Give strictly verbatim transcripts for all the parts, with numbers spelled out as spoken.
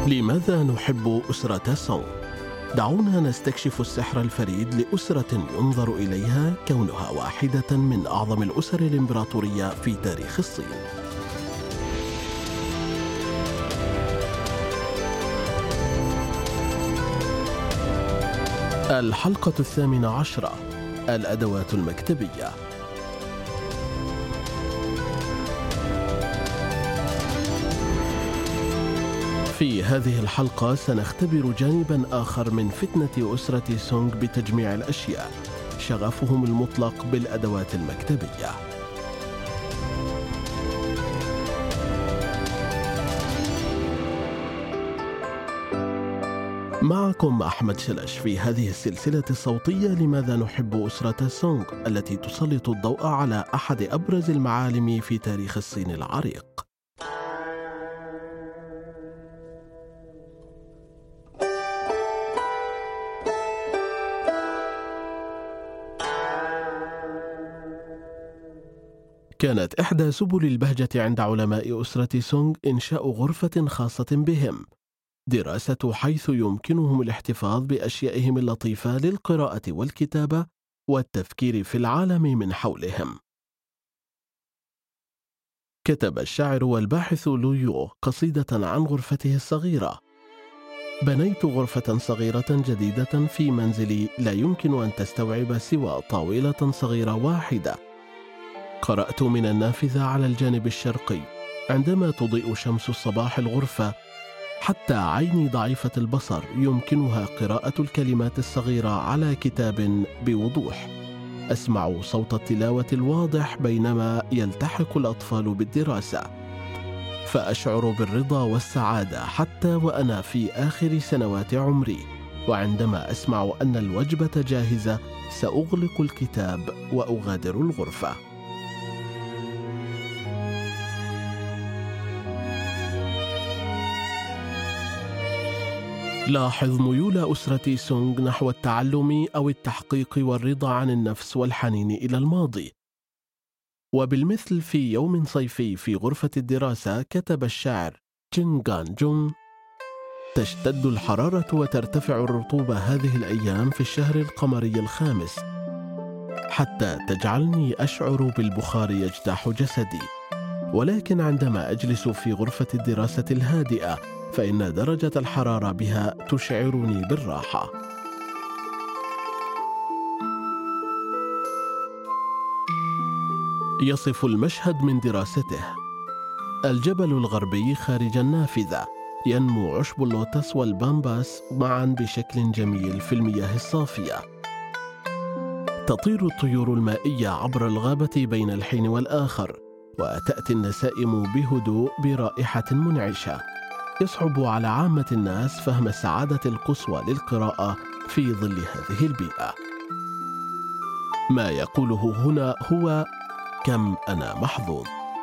لماذا نحب أسرة سونغ؟ دعونا نستكشف السحر الفريد لأسرة ينظر إليها كونها واحدة من أعظم الأسر الإمبراطورية في تاريخ الصين. الحلقة الثامنة عشرة: الأدوات المكتبية. في هذه الحلقة سنختبر جانباً آخر من فتنة أسرة سونغ بتجميع الأشياء، شغفهم المطلق بالأدوات المكتبية. معكم أحمد شلش في هذه السلسلة الصوتية لماذا نحب أسرة سونغ، التي تسلط الضوء على أحد أبرز المعالم في تاريخ الصين العريق. كانت إحدى سبل البهجة عند علماء أسرة سونغ إنشاء غرفة خاصة بهم، دراسة حيث يمكنهم الاحتفاظ بأشيائهم اللطيفة للقراءة والكتابة والتفكير في العالم من حولهم. كتب الشاعر والباحث لو يو قصيدة عن غرفته الصغيرة: بنيت غرفة صغيرة جديدة في منزلي لا يمكن أن تستوعب سوى طاولة صغيرة واحدة. قرأت من النافذة على الجانب الشرقي عندما تضيء شمس الصباح الغرفة، حتى عيني ضعيفة البصر يمكنها قراءة الكلمات الصغيرة على كتاب بوضوح. أسمع صوت التلاوة الواضح بينما يلتحق الأطفال بالدراسة، فأشعر بالرضا والسعادة حتى وأنا في آخر سنوات عمري، وعندما أسمع أن الوجبة جاهزة سأغلق الكتاب وأغادر الغرفة. لاحظ ميول أسرة سونغ نحو التعلم أو التحقيق والرضا عن النفس والحنين إلى الماضي. وبالمثل في يوم صيفي في غرفة الدراسة كتب الشاعر جين غان جون: تشتد الحرارة وترتفع الرطوبة هذه الأيام في الشهر القمري الخامس، حتى تجعلني أشعر بالبخار يجتاح جسدي، ولكن عندما أجلس في غرفة الدراسة الهادئة فإن درجة الحرارة بها تشعرني بالراحة. يصف المشهد من دراسته: الجبل الغربي خارج النافذة، ينمو عشب اللوتس والبامباس معا بشكل جميل في المياه الصافية. تطير الطيور المائية عبر الغابة بين الحين والآخر، وتأتي النسائم بهدوء برائحة منعشة. يصعب على عامة الناس فهم السعادة القصوى للقراءة في ظل هذه البيئة. ما يقوله هنا هو: كم أنا محظوظ.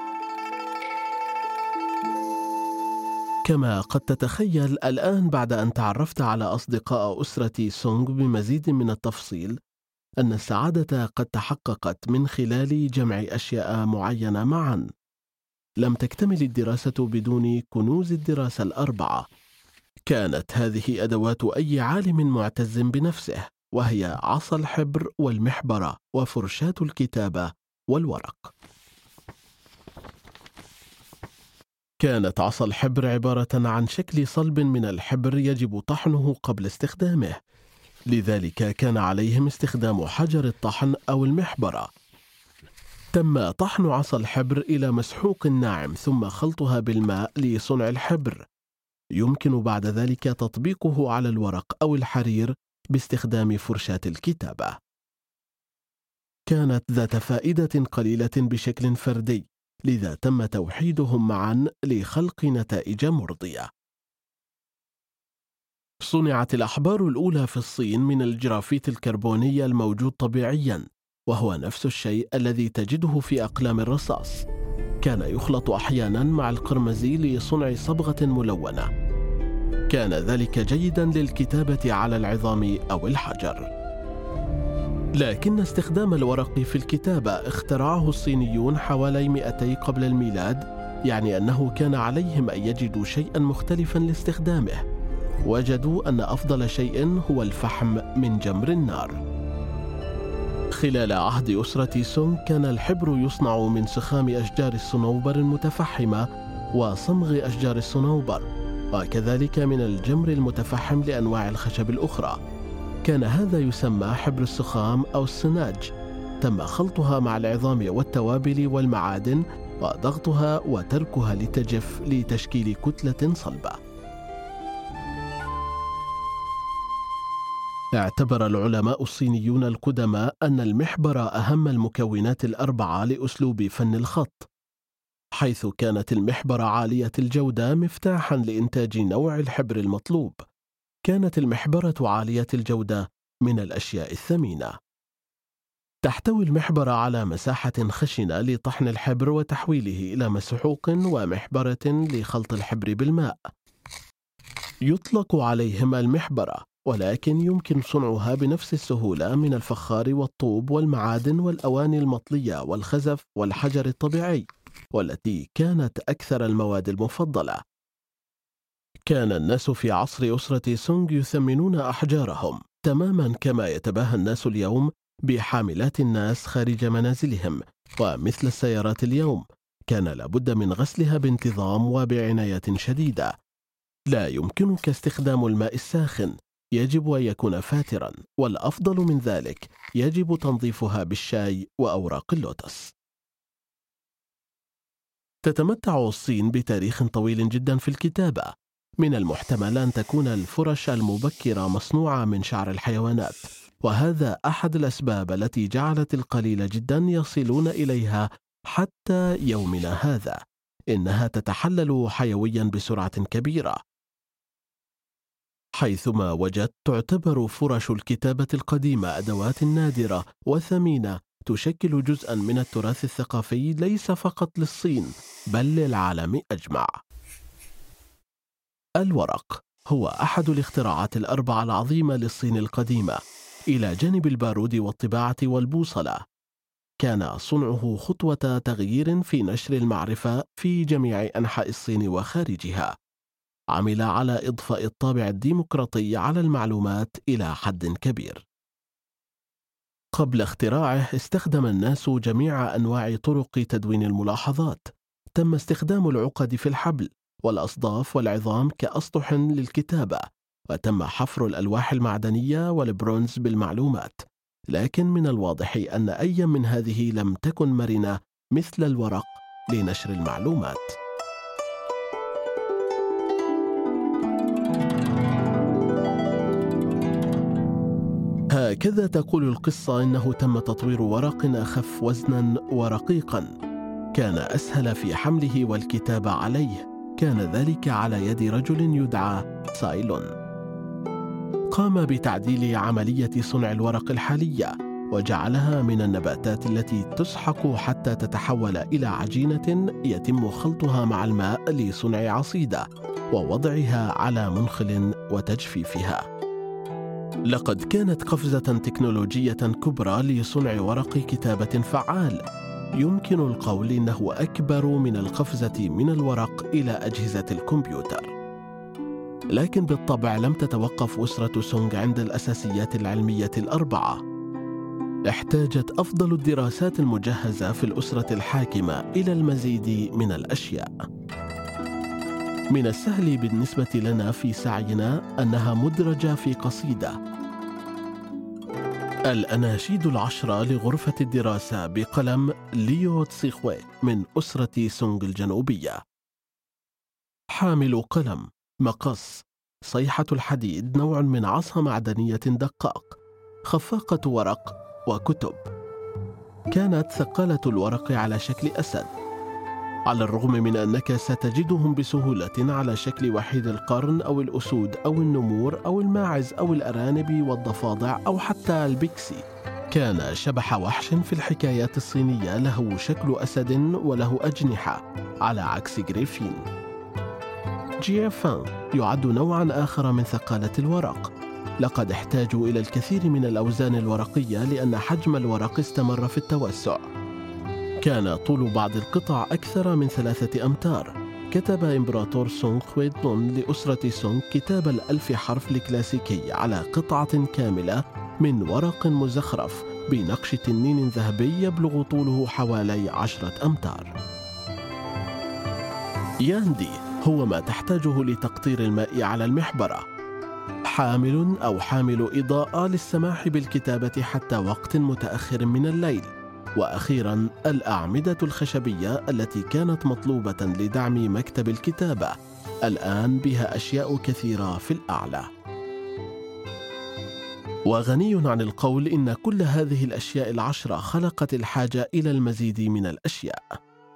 كما قد تتخيل الآن بعد أن تعرفت على أصدقاء أسرة سونغ بمزيد من التفصيل، أن السعادة قد تحققت من خلال جمع أشياء معينة معا. لم تكتمل الدراسة بدون كنوز الدراسة الأربعة. كانت هذه أدوات أي عالم معتز بنفسه، وهي عصا الحبر والمحبرة وفرشاة الكتابة والورق. كانت عصا الحبر عبارة عن شكل صلب من الحبر يجب طحنه قبل استخدامه، لذلك كان عليهم استخدام حجر الطحن أو المحبرة. تم طحن عصا الحبر إلى مسحوق ناعم ثم خلطها بالماء لصنع الحبر. يمكن بعد ذلك تطبيقه على الورق أو الحرير باستخدام فرشاة الكتابة. كانت ذات فائدة قليلة بشكل فردي، لذا تم توحيدهم معا لخلق نتائج مرضية. صنعت الأحبار الأولى في الصين من الجرافيت الكربوني الموجود طبيعيا، وهو نفس الشيء الذي تجده في أقلام الرصاص. كان يخلط أحيانا مع القرمزي لصنع صبغة ملونة. كان ذلك جيدا للكتابة على العظام أو الحجر. لكن استخدام الورق في الكتابة اخترعه الصينيون حوالي مئتي قبل الميلاد يعني أنه كان عليهم أن يجدوا شيئا مختلفا لاستخدامه. وجدوا أن أفضل شيء هو الفحم من جمر النار. خلال عهد أسرة سونغ كان الحبر يصنع من سخام أشجار الصنوبر المتفحمة وصمغ أشجار الصنوبر، وكذلك من الجمر المتفحم لأنواع الخشب الأخرى. كان هذا يسمى حبر السخام أو السناج. تم خلطها مع العظام والتوابل والمعادن وضغطها وتركها لتجف لتشكيل كتلة صلبة. اعتبر العلماء الصينيون القدماء أن المحبر أهم المكونات الأربعة لأسلوب فن الخط، حيث كانت المحبرة عالية الجودة مفتاحاً لإنتاج نوع الحبر المطلوب. كانت المحبرة عالية الجودة من الأشياء الثمينة. تحتوي المحبرة على مساحة خشنة لطحن الحبر وتحويله إلى مسحوق ومحبرة لخلط الحبر بالماء. يطلق عليهما المحبرة، ولكن يمكن صنعها بنفس السهولة من الفخار والطوب والمعادن والأواني المطلية والخزف والحجر الطبيعي، والتي كانت أكثر المواد المفضلة. كان الناس في عصر أسرة سونغ يثمنون أحجارهم تماما كما يتباهى الناس اليوم بحاملات الناس خارج منازلهم. ومثل السيارات اليوم كان لابد من غسلها بانتظام وبعناية شديدة. لا يمكنك استخدام الماء الساخن، يجب أن يكون فاترا، والأفضل من ذلك يجب تنظيفها بالشاي وأوراق اللوتس. تتمتع الصين بتاريخ طويل جدا في الكتابة. من المحتمل أن تكون الفرش المبكرة مصنوعة من شعر الحيوانات، وهذا أحد الأسباب التي جعلت القليل جدا يصلون إليها حتى يومنا هذا. إنها تتحلل حيويا بسرعة كبيرة. حيثما وجدت تعتبر فرش الكتابة القديمة أدوات نادرة وثمينة تشكل جزءا من التراث الثقافي ليس فقط للصين بل للعالم أجمع. الورق هو أحد الاختراعات الأربعة العظيمة للصين القديمة، إلى جانب البارود والطباعة والبوصلة. كان صنعه خطوة تغيير في نشر المعرفة في جميع أنحاء الصين وخارجها. عمل على إضفاء الطابع الديمقراطي على المعلومات إلى حد كبير. قبل اختراعه استخدم الناس جميع أنواع طرق تدوين الملاحظات. تم استخدام العقد في الحبل والأصداف والعظام كأسطح للكتابة، وتم حفر الألواح المعدنية والبرونز بالمعلومات. لكن من الواضح أن أي من هذه لم تكن مرنة مثل الورق لنشر المعلومات. هكذا تقول القصة إنه تم تطوير ورق أخف وزنا ورقيقا، كان أسهل في حمله والكتابة عليه. كان ذلك على يد رجل يدعى سايلون. قام بتعديل عملية صنع الورق الحالية وجعلها من النباتات التي تسحق حتى تتحول إلى عجينة يتم خلطها مع الماء لصنع عصيدة ووضعها على منخل وتجفيفها. لقد كانت قفزة تكنولوجية كبرى لصنع ورق كتابة فعال. يمكن القول إنه أكبر من القفزة من الورق إلى أجهزة الكمبيوتر. لكن بالطبع لم تتوقف أسرة سونغ عند الأساسيات العلمية الأربعة. احتاجت أفضل الدراسات المجهزة في الأسرة الحاكمة إلى المزيد من الأشياء. من السهل بالنسبة لنا في سعينا أنها مدرجة في قصيدة: الأناشيد العشرة لغرفة الدراسة بقلم ليو تسيخوي من أسرة سونغ الجنوبية. حامل قلم، مقص، صيحة الحديد، نوع من عصا معدنية دقاق، خفاقة ورق، وكتب. كانت ثقالة الورق على شكل أسد، على الرغم من أنك ستجدهم بسهولة على شكل وحيد القرن أو الأسود أو النمور أو الماعز أو الأرانب والضفادع أو حتى البيكسي. كان شبح وحش في الحكايات الصينية له شكل أسد وله أجنحة على عكس جريفين. جيفان يعد نوعا آخر من ثقالة الورق. لقد احتاجوا إلى الكثير من الأوزان الورقية لأن حجم الورق استمر في التوسع. كان طول بعض القطع أكثر من ثلاثة أمتار. كتب إمبراطور سونغ خويدون لأسرة سونغ كتاب الألف حرف الكلاسيكي على قطعة كاملة من ورق مزخرف بنقش تنين ذهبي يبلغ طوله حوالي عشرة أمتار. ياندي هو ما تحتاجه لتقطير الماء على المحبرة، حامل أو حامل إضاءة للسماح بالكتابة حتى وقت متأخر من الليل، وأخيراً الأعمدة الخشبية التي كانت مطلوبة لدعم مكتب الكتابة، الآن بها أشياء كثيرة في الأعلى. وغني عن القول إن كل هذه الأشياء العشرة خلقت الحاجة إلى المزيد من الأشياء.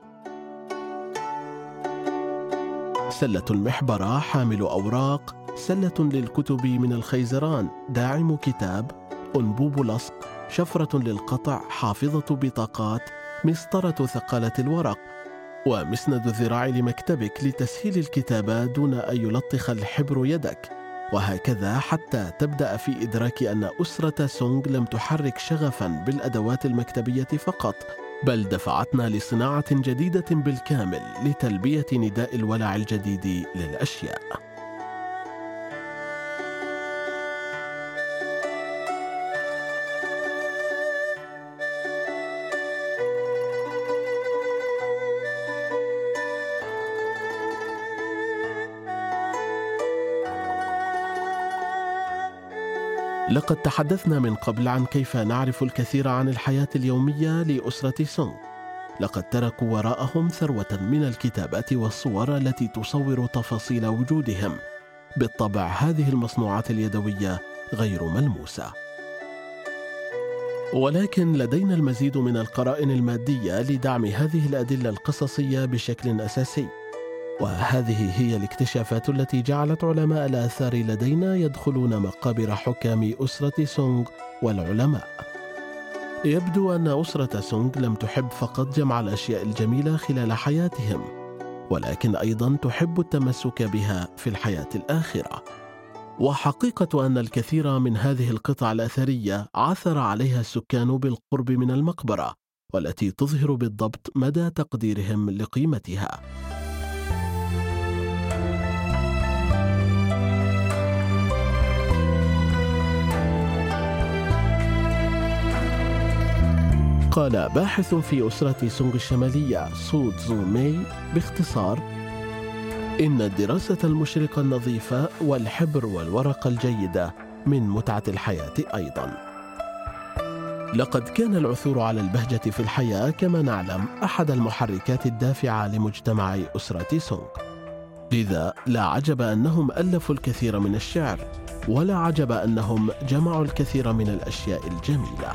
سلة المحبرة حامل أوراق، سلة للكتب من الخيزران، داعم كتاب، أنبوب لصق، شفرة للقطع، حافظة بطاقات، مسطرة ثقالة الورق، ومسند الذراع لمكتبك لتسهيل الكتابة دون أن يلطخ الحبر يدك، وهكذا حتى تبدأ في إدراك أن أسرة سونغ لم تحرك شغفاً بالأدوات المكتبية فقط، بل دفعتنا لصناعة جديدة بالكامل لتلبية نداء الولع الجديد للأشياء. لقد تحدثنا من قبل عن كيف نعرف الكثير عن الحياة اليومية لأسرة سونغ. لقد تركوا وراءهم ثروة من الكتابات والصور التي تصور تفاصيل وجودهم. بالطبع هذه المصنوعات اليدوية غير ملموسة، ولكن لدينا المزيد من القرائن المادية لدعم هذه الأدلة القصصية بشكل أساسي، وهذه هي الاكتشافات التي جعلت علماء الآثار لدينا يدخلون مقابر حكام أسرة سونغ والعلماء. يبدو أن أسرة سونغ لم تحب فقط جمع الأشياء الجميلة خلال حياتهم، ولكن أيضا تحب التمسك بها في الحياة الآخرة. وحقيقة أن الكثير من هذه القطع الأثرية عثر عليها السكان بالقرب من المقبرة، والتي تظهر بالضبط مدى تقديرهم لقيمتها. قال باحث في أسرة سونغ الشمالية سو تزو مي باختصار: إن الدراسة المشرقة النظيفة والحبر والورقة الجيدة من متعة الحياة أيضا. لقد كان العثور على البهجة في الحياة كما نعلم أحد المحركات الدافعة لمجتمع أسرة سونغ، لذا لا عجب أنهم ألفوا الكثير من الشعر، ولا عجب أنهم جمعوا الكثير من الأشياء الجميلة.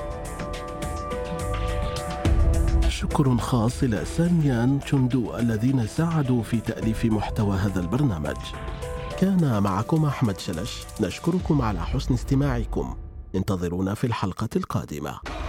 شكر خاص إلى سانيان تشوندو الذين ساعدوا في تأليف محتوى هذا البرنامج. كان معكم أحمد شلش، نشكركم على حسن استماعكم. انتظرونا في الحلقة القادمة.